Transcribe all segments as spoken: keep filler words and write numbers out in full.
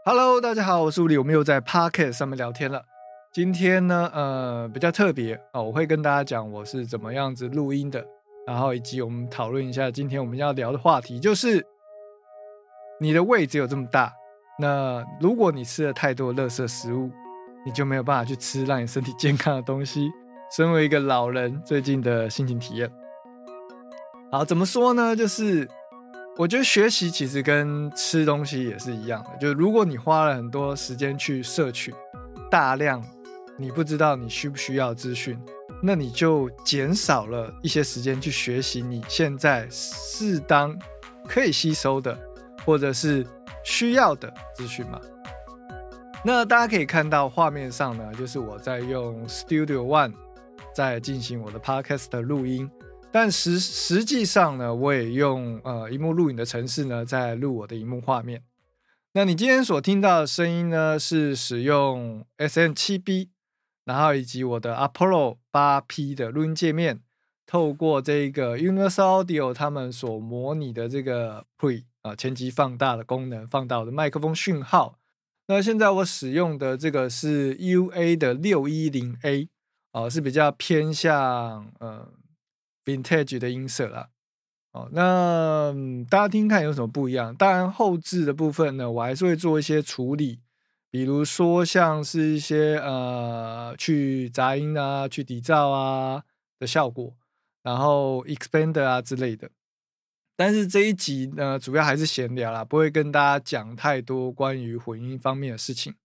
Hello， 大家好，我是吴理，我们又在 Podcast 上面聊天了。今天呢，呃，比较特别啊、哦，我会跟大家讲我是怎么样子录音的，然后以及我们讨论一下今天我们要聊的话题，就是你的胃只有这么大，那如果你吃了太多的垃圾食物，你就没有办法去吃让你身体健康的东西。身为一个老人，最近的心情体验。好，怎么说呢？就是我觉得学习其实跟吃东西也是一样的，就是如果你花了很多时间去摄取大量你不知道你需不需要的资讯，那你就减少了一些时间去学习你现在适当可以吸收的或者是需要的资讯嘛。那大家可以看到画面上呢，就是我在用 Studio One 在进行我的 Podcast 的录音，但 实, 实际上呢，我也用呃萤幕录影的程式呢，在录我的萤幕画面。那你今天所听到的声音呢，是使用 S M 七 B， 然后以及我的 Apollo 八 P 的录音界面，透过这个 Universal Audio 他们所模拟的这个 Pre、呃、前级放大的功能，放大我的麦克风讯号。那现在我使用的这个是 U A 的 六一零 A、呃、是比较偏向呃 Vintage 的音色啦。哦，那、嗯、大家听听看有什么不一样？当然后置的部分呢，我还是会做一些处理，比如说像是一些呃去杂音啊、去底噪啊的效果，然后 expander 啊之类的。但是这一集呢，主要还是闲聊啦，不会跟大家讲太多关于混音方面的事情。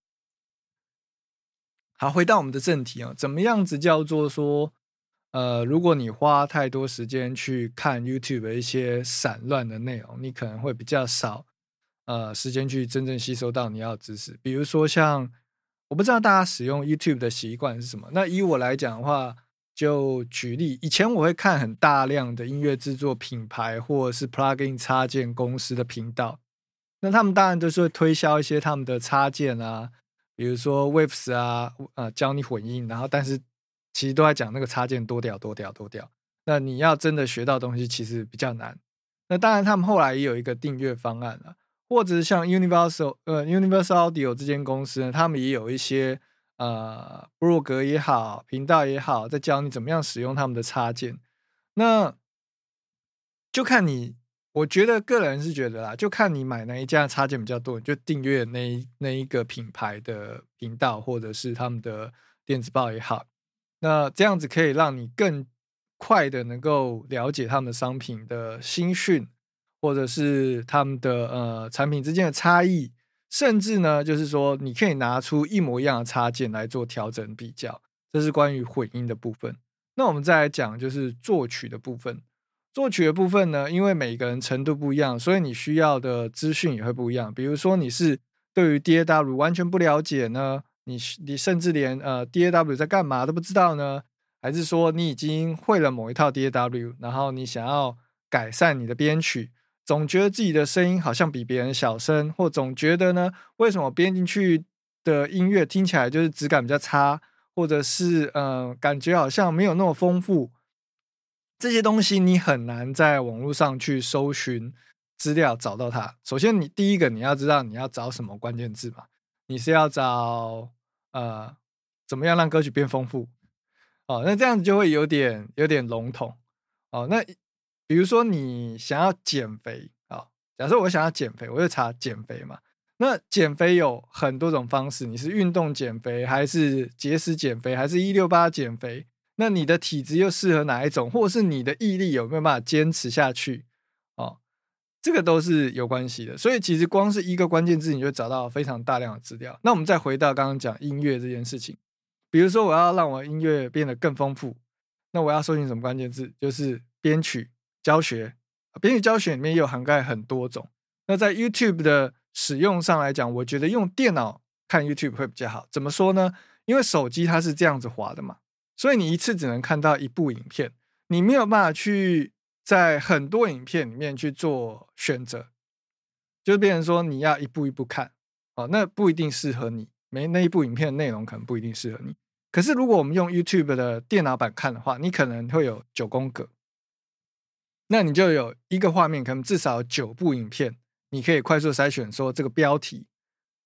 好，回到我们的正题啊，怎么样子叫做说，呃，如果你花太多时间去看 YouTube 的一些散乱的内容，你可能会比较少呃时间去真正吸收到你要的知识。比如说像，我不知道大家使用 YouTube 的习惯是什么。那以我来讲的话，就举例，以前我会看很大量的音乐制作品牌或者是 plugin 插件公司的频道，那他们当然都是会推销一些他们的插件啊，比如说 Waves 啊，呃，教你混音，然后但是其实都在讲那个插件多屌多屌多屌。那你要真的学到东西，其实比较难。那当然，他们后来也有一个订阅方案了，或者是像 Universal 呃 Universal Audio 这间公司呢，他们也有一些呃部落格也好，频道也好，在教你怎么样使用他们的插件。那就看你。我觉得个人是觉得啦，就看你买哪一家插件比较多，你就订阅那一那一个品牌的频道，或者是他们的电子报也好。那这样子可以让你更快的能够了解他们的商品的新讯，或者是他们的呃产品之间的差异，甚至呢，就是说你可以拿出一模一样的插件来做调整比较。这是关于混音的部分。那我们再来讲就是作曲的部分。作曲的部分呢，因为每个人程度不一样，所以你需要的资讯也会不一样。比如说你是对于 D A W 完全不了解呢，你你甚至连呃 D A W 在干嘛都不知道呢，还是说你已经会了某一套 D A W， 然后你想要改善你的编曲，总觉得自己的声音好像比别人小声，或总觉得呢，为什么编进去的音乐听起来就是质感比较差，或者是呃感觉好像没有那么丰富。这些东西你很难在网络上去搜寻资料找到它。首先你第一个你要知道你要找什么关键字嘛，你是要找呃怎么样让歌曲变丰富哦，那这样子就会有点有点笼统哦。那比如说你想要减肥啊、哦，假设我想要减肥，我就查减肥嘛。那减肥有很多种方式，你是运动减肥，还是节食减肥，还是一六八减肥？那你的体质又适合哪一种，或者是你的毅力有没有办法坚持下去哦，这个都是有关系的。所以其实光是一个关键字，你就找到非常大量的资料。那我们再回到刚刚讲音乐这件事情，比如说我要让我音乐变得更丰富，那我要搜寻什么关键字？就是编曲教学。编曲教学里面也有涵盖很多种。那在 YouTube 的使用上来讲，我觉得用电脑看 YouTube 会比较好。怎么说呢？因为手机它是这样子滑的嘛，所以你一次只能看到一部影片，你没有办法去在很多影片里面去做选择，就变成说你要一步一步看，哦，那不一定适合你，没那一部影片的内容可能不一定适合你。可是如果我们用 YouTube 的电脑版看的话，你可能会有九宫格，那你就有一个画面，可能至少有九部影片，你可以快速筛选说这个标题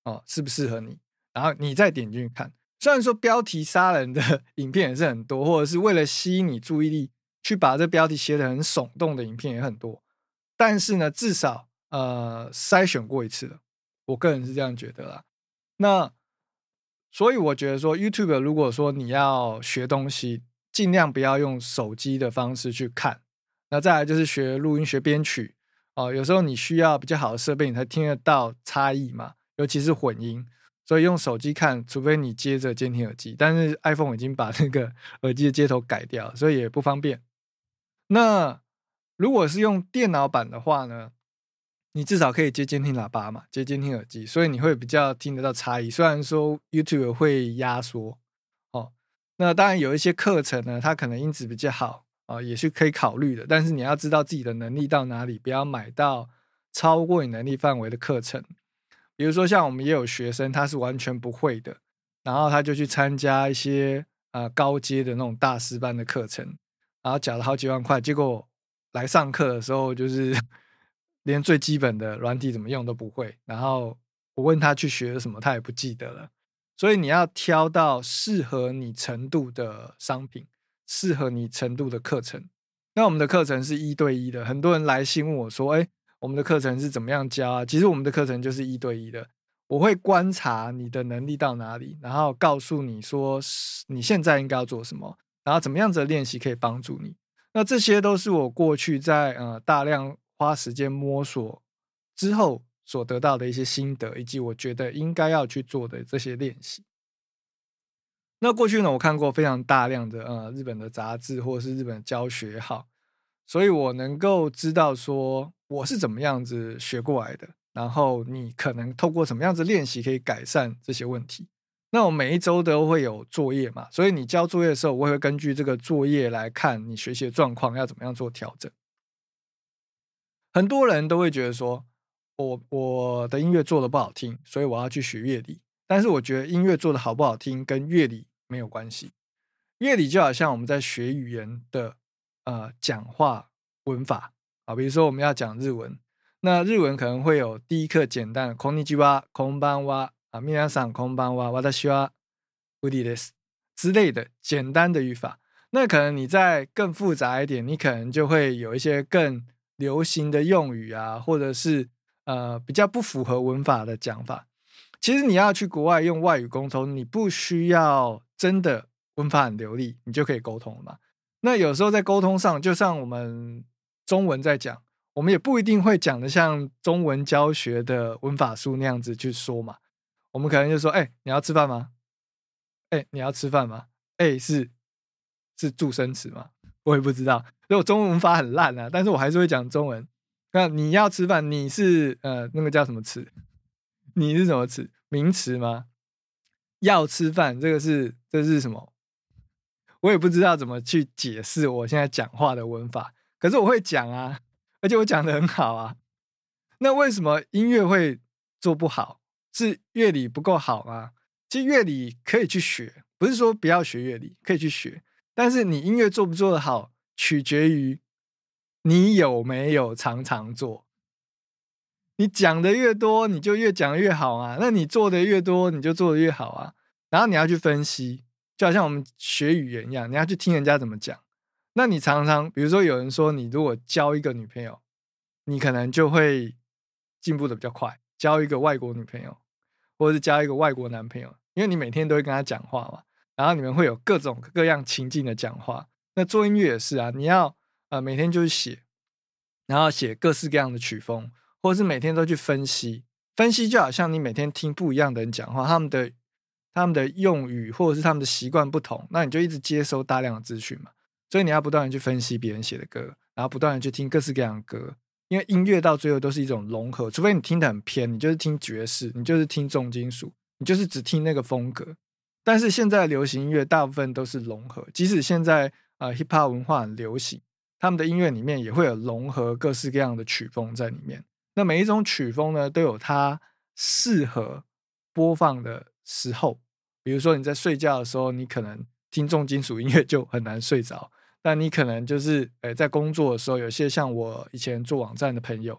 哦，适不适合你，然后你再点进去看。虽然说标题杀人的影片也是很多，或者是为了吸引你注意力去把这标题写得很耸动的影片也很多，但是呢，至少呃筛选过一次了，我个人是这样觉得啦。那所以我觉得说 YouTube 如果说你要学东西，尽量不要用手机的方式去看。那再来就是学录音、学编曲哦，有时候你需要比较好的设备，你才听得到差异嘛，尤其是混音。所以用手机看，除非你接着监听耳机，但是 iPhone 已经把那个耳机的接头改掉，所以也不方便。那如果是用电脑版的话呢，你至少可以接监听喇叭嘛，接监听耳机，所以你会比较听得到差异。虽然说 YouTube 会压缩哦，那当然有一些课程呢，它可能音质比较好啊、呃，也是可以考虑的。但是你要知道自己的能力到哪里，不要买到超过你能力范围的课程。比如说像我们也有学生，他是完全不会的，然后他就去参加一些呃高阶的那种大师班的课程，然后缴了好几万块，结果来上课的时候就是连最基本的软体怎么用都不会，然后我问他去学了什么，他也不记得了。所以你要挑到适合你程度的商品，适合你程度的课程。那我们的课程是一对一的，很多人来信问我说，哎，我们的课程是怎么样教啊？其实我们的课程就是一对一的，我会观察你的能力到哪里，然后告诉你说你现在应该要做什么，然后怎么样子的练习可以帮助你。那这些都是我过去在呃大量花时间摸索之后所得到的一些心得，以及我觉得应该要去做的这些练习。那过去呢，我看过非常大量的呃日本的杂志或者是日本的教学也好，所以我能够知道说我是怎么样子学过来的，然后你可能透过什么样子练习可以改善这些问题。那我每一周都会有作业嘛，所以你交作业的时候，我会根据这个作业来看你学习的状况要怎么样做调整。很多人都会觉得说，我我的音乐做的不好听，所以我要去学乐理。但是我觉得音乐做的好不好听跟乐理没有关系，乐理就好像我们在学语言的呃讲话文法啊，比如说我们要讲日文，那日文可能会有第一课简单的こんにちは、こんばんは啊、皆さんこんばんは、私はウディです之类的简单的语法。那可能你再更复杂一点，你可能就会有一些更流行的用语啊，或者是呃比较不符合文法的讲法。其实你要去国外用外语沟通，你不需要真的文法很流利，你就可以沟通了嘛。那有时候在沟通上，就像我们中文在讲，我们也不一定会讲的像中文教学的文法书那样子去说嘛。我们可能就说：“哎、欸，你要吃饭吗？哎、欸，你要吃饭吗？哎、欸，是是助声词吗？我也不知道，所以我中文文法很烂啊，但是我还是会讲中文。那你要吃饭，你是呃那个叫什么词？你是什么词？名词吗？要吃饭，这个是这是什么？我也不知道怎么去解释我现在讲话的文法，可是我会讲啊，而且我讲得很好啊。那为什么音乐会做不好？是乐理不够好吗？其实乐理可以去学，不是说不要学乐理，可以去学，但是你音乐做不做得好，取决于你有没有常常做。你讲的越多，你就越讲得越好啊。那你做的越多，你就做得越好啊。然后你要去分析，就好像我们学语言一样，你要去听人家怎么讲。那你常常，比如说有人说，你如果交一个女朋友，你可能就会进步的比较快。交一个外国女朋友，或者是交一个外国男朋友，因为你每天都会跟他讲话嘛，然后你们会有各种各样情境的讲话。那做音乐也是啊，你要呃每天就是写，然后写各式各样的曲风。或者是每天都去分析，分析就好像你每天听不一样的人讲话，他们的他们的用语或者是他们的习惯不同，那你就一直接收大量的资讯嘛。所以你要不断的去分析别人写的歌，然后不断的去听各式各样的歌，因为音乐到最后都是一种融合，除非你听得很偏，你就是听爵士，你就是听重金属，你就是只听那个风格。但是现在流行音乐大部分都是融合，即使现在呃 hip hop 文化很流行，他们的音乐里面也会有融合各式各样的曲风在里面。那每一种曲风呢，都有它适合播放的时候。比如说你在睡觉的时候，你可能听重金属音乐就很难睡着，但你可能就是、欸、在工作的时候，有些像我以前做网站的朋友，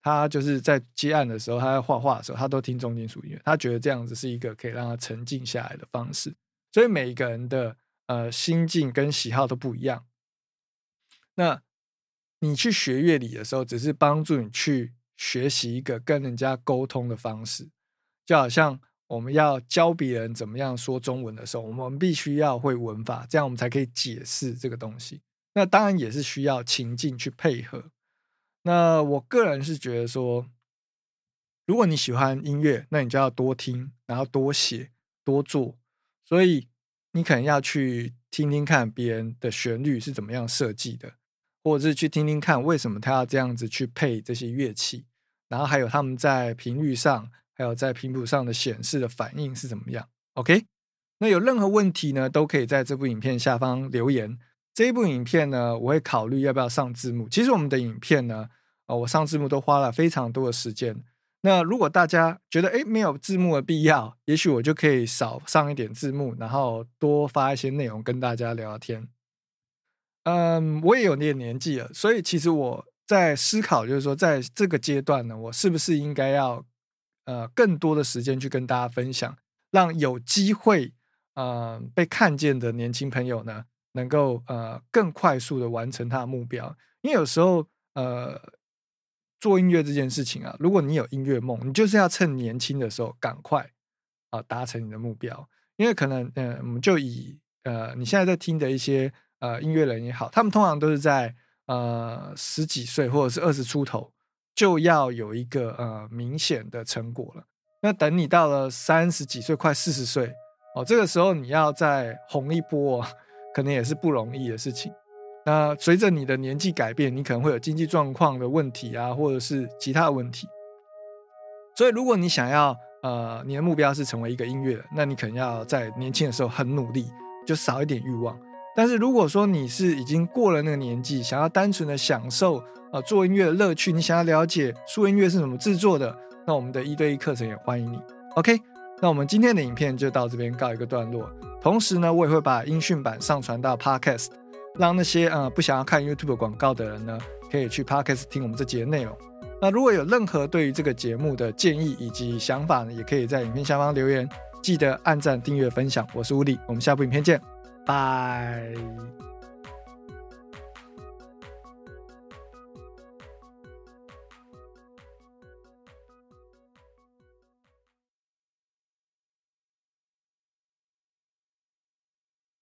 他就是在接案的时候，他在画画的时候，他都听重金属音乐，他觉得这样子是一个可以让他沉静下来的方式。所以每一个人的呃心境跟喜好都不一样。那你去学乐理的时候，只是帮助你去学习一个跟人家沟通的方式，就好像我们要教别人怎么样说中文的时候，我们必须要会文法，这样我们才可以解释这个东西。那当然也是需要情境去配合。那我个人是觉得说，如果你喜欢音乐，那你就要多听，然后多写，多做。所以你可能要去听听看别人的旋律是怎么样设计的，或者是去听听看为什么他要这样子去配这些乐器，然后还有他们在频率上，还有在频谱上的显示的反应是怎么样。 OK， 那有任何问题呢，都可以在这部影片下方留言。这一部影片呢，我会考虑要不要上字幕。其实我们的影片呢，呃、我上字幕都花了非常多的时间。那如果大家觉得诶没有字幕的必要，也许我就可以少上一点字幕，然后多发一些内容跟大家聊聊天。嗯，我也有点年纪了，所以其实我在思考，就是说在这个阶段呢，我是不是应该要呃更多的时间去跟大家分享，让有机会呃被看见的年轻朋友呢，能够呃更快速的完成他的目标。因为有时候呃做音乐这件事情啊，如果你有音乐梦，你就是要趁年轻的时候赶快啊、呃、达成你的目标。因为可能呃我们就以呃你现在在听的一些呃音乐人也好，他们通常都是在呃十几岁或者是二十出头就要有一个呃明显的成果了。那等你到了三十几岁快四十岁哦，这个时候你要再红一波、哦、可能也是不容易的事情。那随着你的年纪改变，你可能会有经济状况的问题啊，或者是其他的问题。所以如果你想要呃你的目标是成为一个音乐人，那你可能要在年轻的时候很努力，就少一点欲望。但是如果说你是已经过了那个年纪，想要单纯的享受呃做音乐的乐趣，你想要了解数位音乐是怎么制作的，那我们的一对一课程也欢迎你。 OK， 那我们今天的影片就到这边告一个段落。同时呢，我也会把音讯版上传到 Podcast， 让那些呃不想要看 YouTube 广告的人呢，可以去 Podcast 听我们这集的内容。那如果有任何对于这个节目的建议以及想法呢，也可以在影片下方留言。记得按赞、订阅、分享。我是吴力，我们下部影片见，拜。